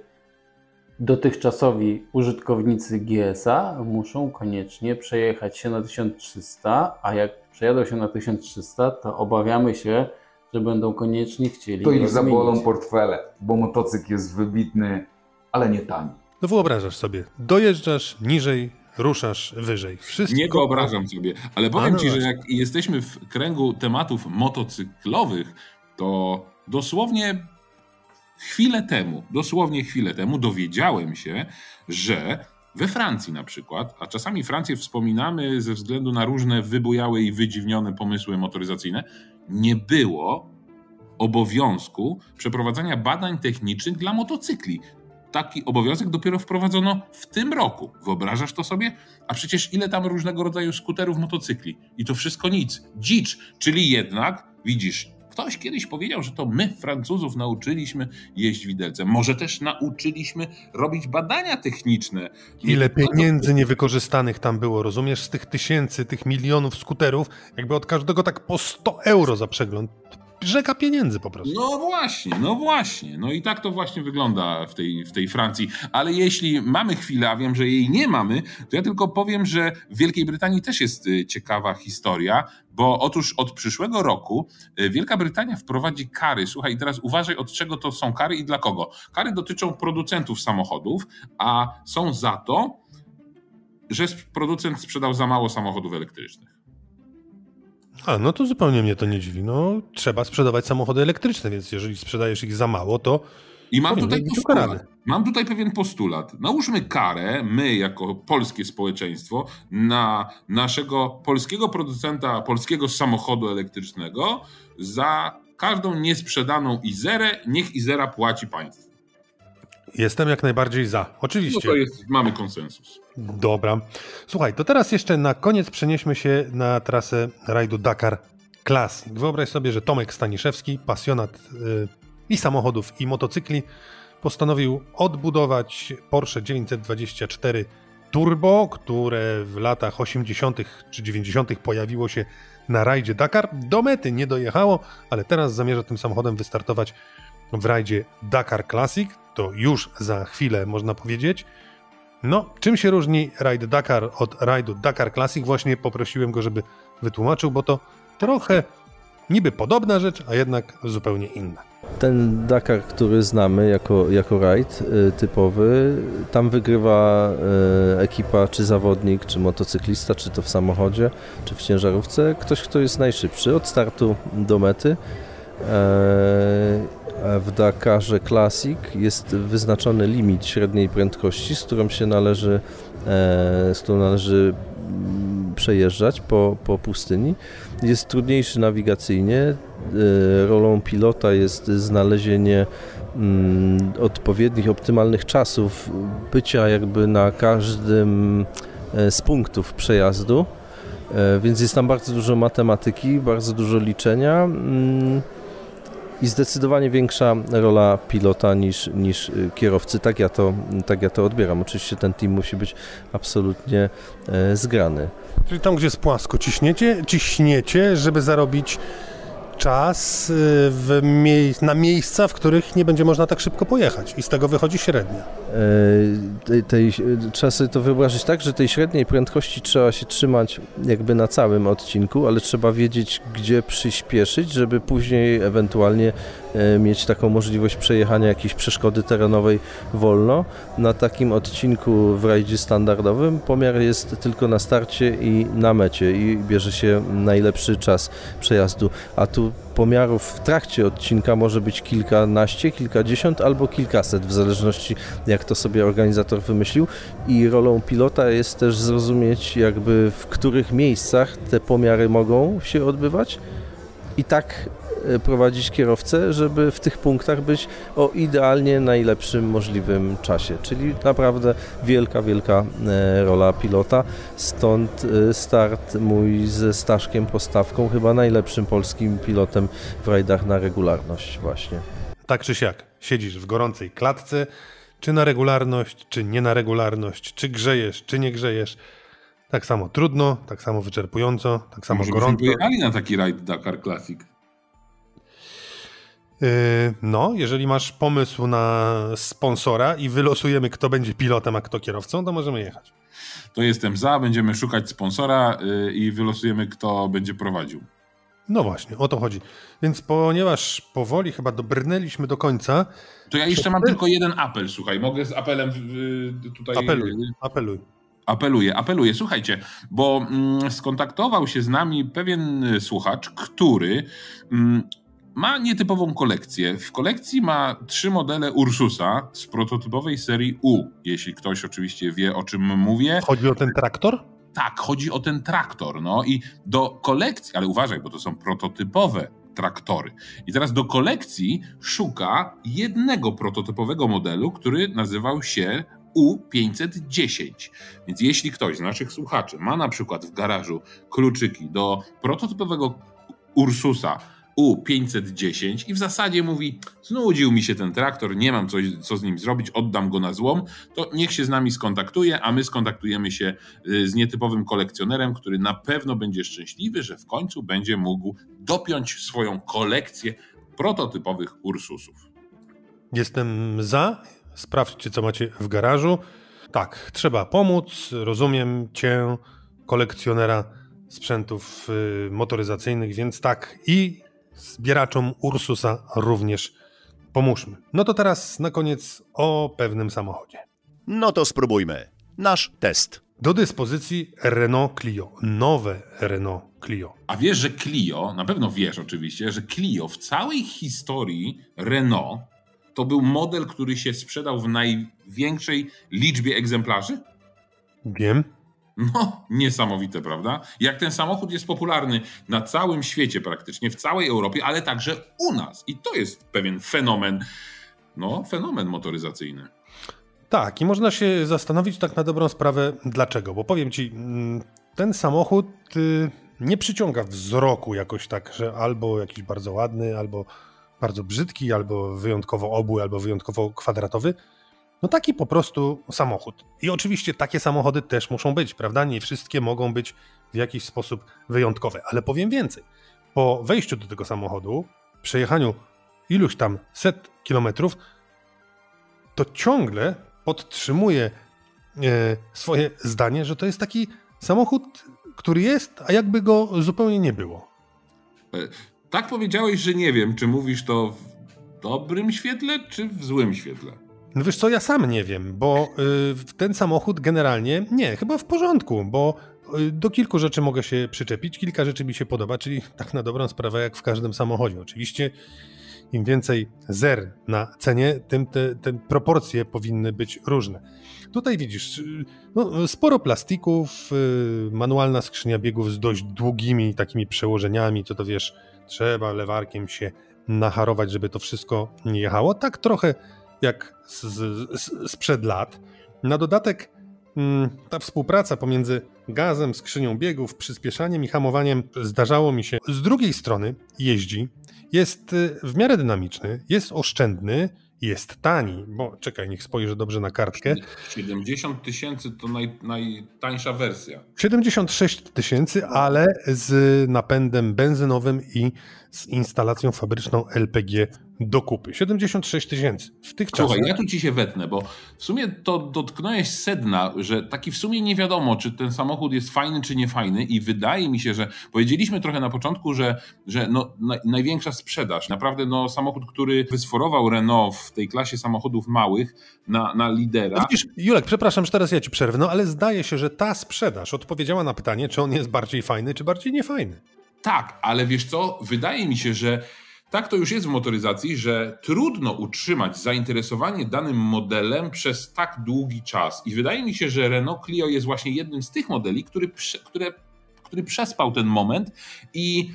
dotychczasowi użytkownicy G S-a muszą koniecznie przejechać się na tysiąc trzysta, a jak przejadą się na tysiąc trzysta, to obawiamy się, że będą koniecznie chcieli to go ich zabolą zmienić. portfele, bo motocykl jest wybitny, ale nie tani. No wyobrażasz sobie, dojeżdżasz niżej ruszasz wyżej. Wszystko... Nie wyobrażam sobie, ale powiem no ci, że właśnie. jak jesteśmy w kręgu tematów motocyklowych, to dosłownie chwilę temu, dosłownie chwilę temu dowiedziałem się, że we Francji na przykład, a czasami Francję wspominamy ze względu na różne wybujałe i wydziwnione pomysły motoryzacyjne, nie było obowiązku przeprowadzania badań technicznych dla motocykli. Taki obowiązek dopiero wprowadzono w tym roku. Wyobrażasz to sobie? A przecież ile tam różnego rodzaju skuterów, motocykli. I to wszystko nic. Dzicz. Czyli jednak, widzisz, ktoś kiedyś powiedział, że to my, Francuzów, nauczyliśmy jeść widelcem. Może też nauczyliśmy robić badania techniczne. Nie Ile tylko pieniędzy niewykorzystanych tam było, rozumiesz? Z tych tysięcy, tych milionów skuterów, jakby od każdego tak po sto euro za przegląd. Rzeka pieniędzy po prostu. No właśnie, no właśnie. No i tak to właśnie wygląda w tej, w tej Francji. Ale jeśli mamy chwilę, a wiem, że jej nie mamy, to ja tylko powiem, że w Wielkiej Brytanii też jest ciekawa historia, bo otóż od przyszłego roku Wielka Brytania wprowadzi kary. Słuchaj, teraz uważaj, od czego to są kary i dla kogo. Kary dotyczą producentów samochodów, a są za to, że producent sprzedał za mało samochodów elektrycznych. A, no to zupełnie mnie to nie dziwi. No, trzeba sprzedawać samochody elektryczne, więc jeżeli sprzedajesz ich za mało, to I mam powinny tutaj być postulat. ukarane. Mam tutaj pewien postulat. Nałóżmy karę, my jako polskie społeczeństwo, na naszego polskiego producenta polskiego samochodu elektrycznego za każdą niesprzedaną Izerę, niech Izera płaci państwu. Jestem jak najbardziej za. No Oczywiście. to jest, mamy konsensus. Dobra. Słuchaj, to teraz jeszcze na koniec przenieśmy się na trasę rajdu Dakar Classic. Wyobraź sobie, że Tomek Staniszewski, pasjonat yy, i samochodów, i motocykli, postanowił odbudować Porsche dziewięćset dwadzieścia cztery Turbo, które w latach osiemdziesiątych czy dziewięćdziesiątych pojawiło się na rajdzie Dakar. Do mety nie dojechało, ale teraz zamierza tym samochodem wystartować w rajdzie Dakar Classic. To już za chwilę, można powiedzieć. No, czym się różni rajd Dakar od rajdu Dakar Classic? Właśnie poprosiłem go, żeby wytłumaczył, bo to trochę niby podobna rzecz, a jednak zupełnie inna. Ten Dakar, który znamy jako, jako rajd y, typowy, tam wygrywa y, ekipa, czy zawodnik, czy motocyklista, czy to w samochodzie, czy w ciężarówce. Ktoś, kto jest najszybszy od startu do mety. E, W Dakarze Classic jest wyznaczony limit średniej prędkości, z którą się należy, z którą należy przejeżdżać po, po pustyni. Jest trudniejszy nawigacyjnie. Rolą pilota jest znalezienie odpowiednich, optymalnych czasów bycia jakby na każdym z punktów przejazdu, więc jest tam bardzo dużo matematyki, bardzo dużo liczenia. I zdecydowanie większa rola pilota niż, niż kierowcy. Tak ja, to, tak ja to odbieram. Oczywiście ten team musi być absolutnie e, zgrany. Czyli tam, gdzie jest płasko, ciśniecie, ciśniecie, żeby zarobić czas w mie- na miejsca, w których nie będzie można tak szybko pojechać. I z tego wychodzi średnia. E, tej, tej, trzeba sobie to wyobrazić tak, że tej średniej prędkości trzeba się trzymać jakby na całym odcinku, ale trzeba wiedzieć, gdzie przyspieszyć, żeby później ewentualnie e, mieć taką możliwość przejechania jakiejś przeszkody terenowej wolno. Na takim odcinku w rajdzie standardowym pomiar jest tylko na starcie i na mecie i bierze się najlepszy czas przejazdu, a tu pomiarów w trakcie odcinka może być kilkanaście, kilkadziesiąt albo kilkaset, w zależności jak to sobie organizator wymyślił, i rolą pilota jest też zrozumieć jakby w których miejscach te pomiary mogą się odbywać i tak prowadzić kierowcę, żeby w tych punktach być o idealnie najlepszym możliwym czasie, czyli naprawdę wielka, wielka rola pilota, stąd start mój ze Staszkiem Postawką, chyba najlepszym polskim pilotem w rajdach na regularność właśnie. Tak czy siak, siedzisz w gorącej klatce, czy na regularność, czy nie na regularność, czy grzejesz, czy nie grzejesz. Tak samo trudno, tak samo wyczerpująco, tak samo Może gorąco. byśmy pojechali na taki rajd Dakar Classic. No, jeżeli masz pomysł na sponsora i wylosujemy, kto będzie pilotem, a kto kierowcą, to możemy jechać. To jestem za, będziemy szukać sponsora i wylosujemy, kto będzie prowadził. No właśnie, o to chodzi. Więc ponieważ powoli chyba dobrnęliśmy do końca... To ja jeszcze mam tylko jeden apel, słuchaj. Mogę z apelem tutaj... Apeluj, apeluj. Apeluję, apeluję. Słuchajcie, bo mm, skontaktował się z nami pewien słuchacz, który mm, ma nietypową kolekcję. W kolekcji ma trzy modele Ursusa z prototypowej serii U, jeśli ktoś oczywiście wie, o czym mówię. Chodzi o ten traktor? Tak, chodzi o ten traktor. No i do kolekcji, ale uważaj, bo to są prototypowe traktory. I teraz do kolekcji szuka jednego prototypowego modelu, który nazywał się U pięćset dziesięć. Więc jeśli ktoś z naszych słuchaczy ma na przykład w garażu kluczyki do prototypowego Ursusa U pięćset dziesięć i w zasadzie mówi, znudził mi się ten traktor, nie mam coś, co z nim zrobić, oddam go na złom, to niech się z nami skontaktuje, a my skontaktujemy się z nietypowym kolekcjonerem, który na pewno będzie szczęśliwy, że w końcu będzie mógł dopiąć swoją kolekcję prototypowych Ursusów. Jestem za. Sprawdźcie, co macie w garażu. Tak, trzeba pomóc. Rozumiem cię, kolekcjonera sprzętów y, motoryzacyjnych, więc tak i zbieraczom Ursusa również pomóżmy. No to teraz na koniec o pewnym samochodzie. No to spróbujmy. Nasz test. Do dyspozycji Renault Clio. Nowe Renault Clio. A wiesz, że Clio, na pewno wiesz oczywiście, że Clio w całej historii Renault to był model, który się sprzedał w największej liczbie egzemplarzy? Wiem. No, niesamowite, prawda? Jak ten samochód jest popularny na całym świecie praktycznie, w całej Europie, ale także u nas. I to jest pewien fenomen, no, fenomen motoryzacyjny. Tak, i można się zastanowić tak na dobrą sprawę dlaczego, bo powiem ci, ten samochód nie przyciąga wzroku jakoś tak, że albo jakiś bardzo ładny, albo bardzo brzydki, albo wyjątkowo obły, albo wyjątkowo kwadratowy. No taki po prostu samochód. I oczywiście takie samochody też muszą być, prawda? Nie wszystkie mogą być w jakiś sposób wyjątkowe, ale powiem więcej. Po wejściu do tego samochodu, przejechaniu iluś tam set kilometrów, to ciągle podtrzymuje e, swoje zdanie, że to jest taki samochód, który jest, a jakby go zupełnie nie było. Tak powiedziałeś, że nie wiem, czy mówisz to w dobrym świetle, czy w złym świetle. No wiesz co, ja sam nie wiem, bo y, ten samochód generalnie, nie, chyba w porządku, bo y, do kilku rzeczy mogę się przyczepić, kilka rzeczy mi się podoba, czyli tak na dobrą sprawę jak w każdym samochodzie. Oczywiście im więcej zer na cenie, tym te, te proporcje powinny być różne. Tutaj widzisz, no, sporo plastików, y, manualna skrzynia biegów z dość długimi takimi przełożeniami, co to wiesz, trzeba lewarkiem się nacharować, żeby to wszystko nie jechało. Tak trochę jak z, z, sprzed lat. Na dodatek mm, ta współpraca pomiędzy gazem, skrzynią biegów, przyspieszaniem i hamowaniem zdarzało mi się. Z drugiej strony jeździ, jest w miarę dynamiczny, jest oszczędny, jest tani, bo czekaj, niech spojrzę dobrze na kartkę. siedemdziesiąt tysięcy to naj, najtańsza wersja. siedemdziesiąt sześć tysięcy, ale z napędem benzynowym i z instalacją fabryczną L P G do kupy. siedemdziesiąt sześć tysięcy. W tych czasach... Słuchaj, ja tu ci się wetnę, bo w sumie to dotknąłeś sedna, że taki w sumie nie wiadomo, czy ten samochód jest fajny, czy nie fajny i wydaje mi się, że powiedzieliśmy trochę na początku, że, że no, na, największa sprzedaż. Naprawdę no, samochód, który wysforował Renault w tej klasie samochodów małych na, na lidera. Widzisz, Julek, przepraszam, że teraz ja ci przerwę, no ale zdaje się, że ta sprzedaż odpowiedziała na pytanie, czy on jest bardziej fajny, czy bardziej niefajny. Tak, ale wiesz co, wydaje mi się, że tak to już jest w motoryzacji, że trudno utrzymać zainteresowanie danym modelem przez tak długi czas. I wydaje mi się, że Renault Clio jest właśnie jednym z tych modeli, który, które, który przespał ten moment i,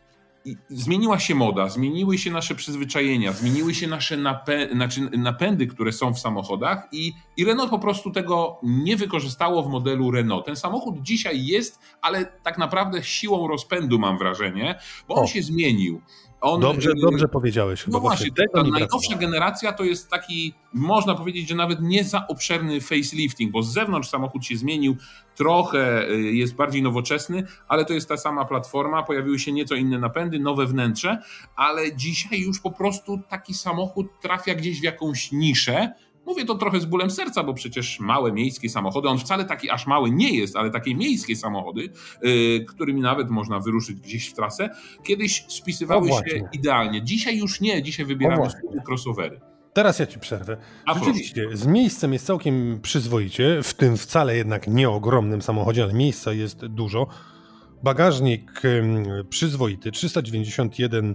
i zmieniła się moda, zmieniły się nasze przyzwyczajenia, zmieniły się nasze napę- znaczy napędy, które są w samochodach i, i Renault po prostu tego nie wykorzystało w modelu Renault. Ten samochód dzisiaj jest, ale tak naprawdę siłą rozpędu mam wrażenie, bo on o. się zmienił. On, dobrze, dobrze powiedziałeś. No właśnie, ta najnowsza generacja to jest taki, można powiedzieć, że nawet nie za obszerny facelifting, bo z zewnątrz samochód się zmienił, trochę jest bardziej nowoczesny, ale to jest ta sama platforma, pojawiły się nieco inne napędy, nowe wnętrze, ale dzisiaj już po prostu taki samochód trafia gdzieś w jakąś niszę. Mówię to trochę z bólem serca, bo przecież małe miejskie samochody, on wcale taki aż mały nie jest, ale takie miejskie samochody, yy, którymi nawet można wyruszyć gdzieś w trasę, kiedyś spisywały się idealnie. Dzisiaj już nie, dzisiaj wybieramy sobie crossovery. teraz ja ci przerwę. A Rzeczywiście, z miejscem jest całkiem przyzwoicie, w tym wcale jednak nie ogromnym samochodzie, ale miejsca jest dużo. Bagażnik ym, przyzwoity, trzysta dziewięćdziesiąt jeden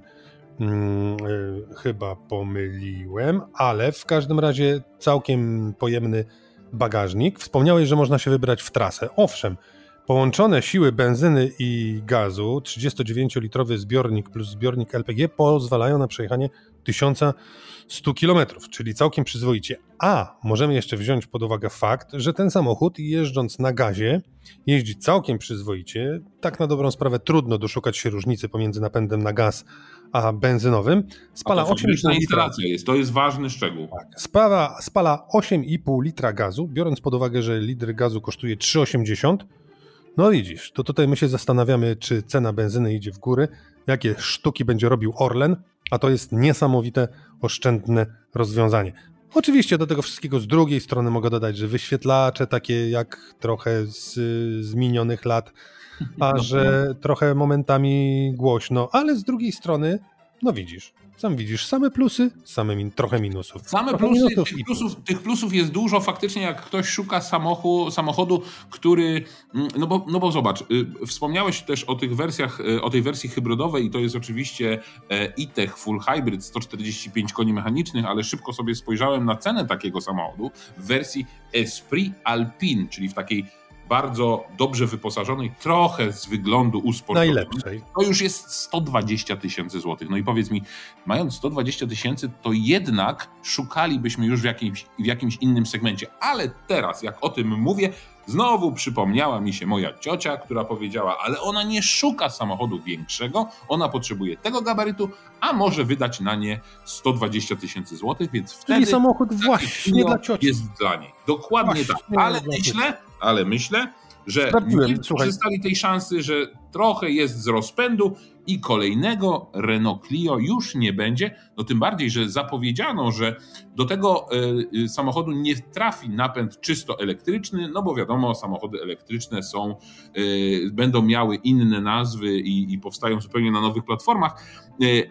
ym, y, chyba pomyliłem, ale w każdym razie całkiem pojemny bagażnik. Wspomniałeś, że można się wybrać w trasę. Owszem, połączone siły benzyny i gazu, trzydziestodziewięciolitrowy zbiornik plus zbiornik L P G pozwalają na przejechanie tysiąc sto kilometrów, czyli całkiem przyzwoicie. A możemy jeszcze wziąć pod uwagę fakt, że ten samochód jeżdżąc na gazie jeździ całkiem przyzwoicie. Tak na dobrą sprawę trudno doszukać się różnicy pomiędzy napędem na gaz a benzynowym. Spala A to osiem i pół litra. instalacja jest, to jest ważny szczegół. Tak, spala, spala osiem i pół litra gazu, biorąc pod uwagę, że litr gazu kosztuje trzy osiemdziesiąt. No widzisz, to tutaj my się zastanawiamy, czy cena benzyny idzie w górę, jakie sztuki będzie robił Orlen, a to jest niesamowite, oszczędne rozwiązanie. Oczywiście do tego wszystkiego z drugiej strony mogę dodać, że wyświetlacze takie jak trochę z, z minionych lat, a No. że trochę momentami głośno, ale z drugiej strony, no widzisz, sam widzisz, same plusy, same min, trochę minusów. Same Trochę plusy, minusów tych i- plusów, tych plusów jest dużo faktycznie, jak ktoś szuka samochu, samochodu, który, mm, no bo, no bo zobacz, y, wspomniałeś też o tych wersjach, y, o tej wersji hybrydowej i to jest oczywiście e, e-tech Full Hybrid, sto czterdzieści pięć koni mechanicznych, ale szybko sobie spojrzałem na cenę takiego samochodu w wersji Esprit Alpine, czyli w takiej bardzo dobrze wyposażonej, trochę z wyglądu usportowionej. Najlepszej. To już jest sto dwadzieścia tysięcy złotych. No i powiedz mi, mając sto dwadzieścia tysięcy, to jednak szukalibyśmy już w jakimś, w jakimś innym segmencie. Ale teraz, jak o tym mówię, znowu przypomniała mi się moja ciocia, która powiedziała, ale ona nie szuka samochodu większego, ona potrzebuje tego gabarytu, a może wydać na nie sto dwadzieścia tysięcy złotych, więc Czyli wtedy samochód taki właśnie Clio dla cioci. jest dla niej. Dokładnie Właśnie tak. Ale dla myślę, ale myślę, że Sprawdziłem, nie słuchaj. wykorzystali tej szansy, że trochę jest z rozpędu i kolejnego Renault Clio już nie będzie. No tym bardziej, że zapowiedziano, że do tego y, y, samochodu nie trafi napęd czysto elektryczny, no bo wiadomo, samochody elektryczne są, y, będą miały inne nazwy i, i powstają zupełnie na nowych platformach. Y,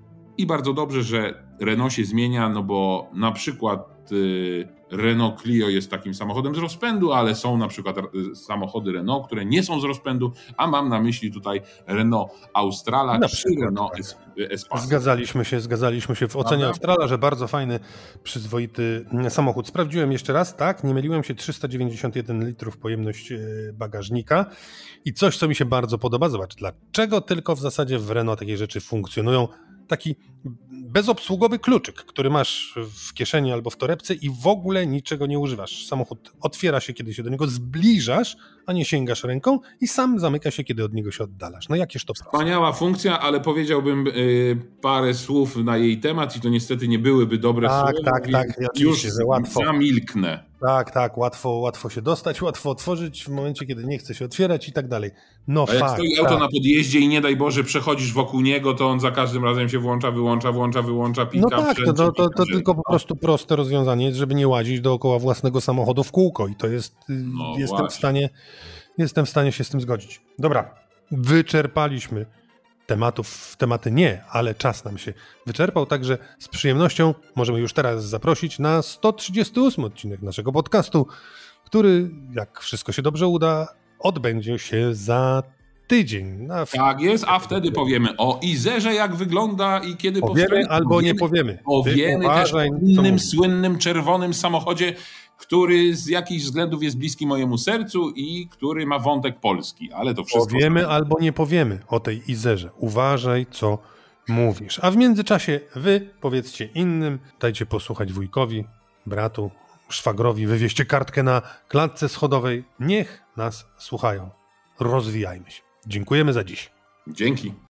I bardzo dobrze, że Renault się zmienia, no bo na przykład y, Renault Clio jest takim samochodem z rozpędu, ale są na przykład y, samochody Renault, które nie są z rozpędu, a mam na myśli tutaj Renault Australa Na czy przykład, Renault tak. Es- Espace. Zgadzaliśmy się, zgadzaliśmy się w ocenie Prawda? Australa, że bardzo fajny, przyzwoity samochód. Sprawdziłem jeszcze raz, tak, nie myliłem się, trzysta dziewięćdziesiąt jeden litrów pojemność e, bagażnika i coś, co mi się bardzo podoba, zobacz, dlaczego tylko w zasadzie w Renault takie rzeczy funkcjonują, taki bezobsługowy kluczyk, który masz w kieszeni albo w torebce i w ogóle niczego nie używasz. Samochód otwiera się, kiedy się do niego zbliżasz, a nie sięgasz ręką i sam zamyka się, kiedy od niego się oddalasz. No jakież to proste. Wspaniała funkcja, ale powiedziałbym y, parę słów na jej temat i to niestety nie byłyby dobre Tak, słowa. tak, tak, więc oczywiście, już że łatwo. zamilknę. Tak, tak, łatwo, łatwo się dostać, łatwo otworzyć w momencie, kiedy nie chce się otwierać i tak dalej. No A jak fakt, stoi auto tak. na podjeździe i nie daj Boże przechodzisz wokół niego, to on za każdym razem się włącza, wyłącza, włącza, wyłącza, pika, No tak, to, wszędzie, to, to, pika, to wszędzie. tylko po prostu proste rozwiązanie, żeby nie łazić dookoła własnego samochodu w kółko i to jest, y, No jestem w właśnie. stanie, jestem w stanie się z tym zgodzić. Dobra, wyczerpaliśmy tematów, tematy nie, ale czas nam się wyczerpał, także z przyjemnością możemy już teraz zaprosić na sto trzydziesty ósmy odcinek naszego podcastu, który, jak wszystko się dobrze uda, odbędzie się za tydzień. Na Tak jest, a wtedy powiemy o Izerze, jak wygląda i kiedy Powiemy powstaje. albo nie powiemy. Ty Powiemy też o uważaj, co innym mówisz. słynnym czerwonym samochodzie, który z jakichś względów jest bliski mojemu sercu i który ma wątek polski, ale to wszystko... Powiemy albo nie powiemy o tej Izerze. Uważaj, co mówisz. A w międzyczasie wy powiedzcie innym, dajcie posłuchać wujkowi, bratu, szwagrowi, wywieźcie kartkę na klatce schodowej. Niech nas słuchają. Rozwijajmy się. Dziękujemy za dziś. Dzięki.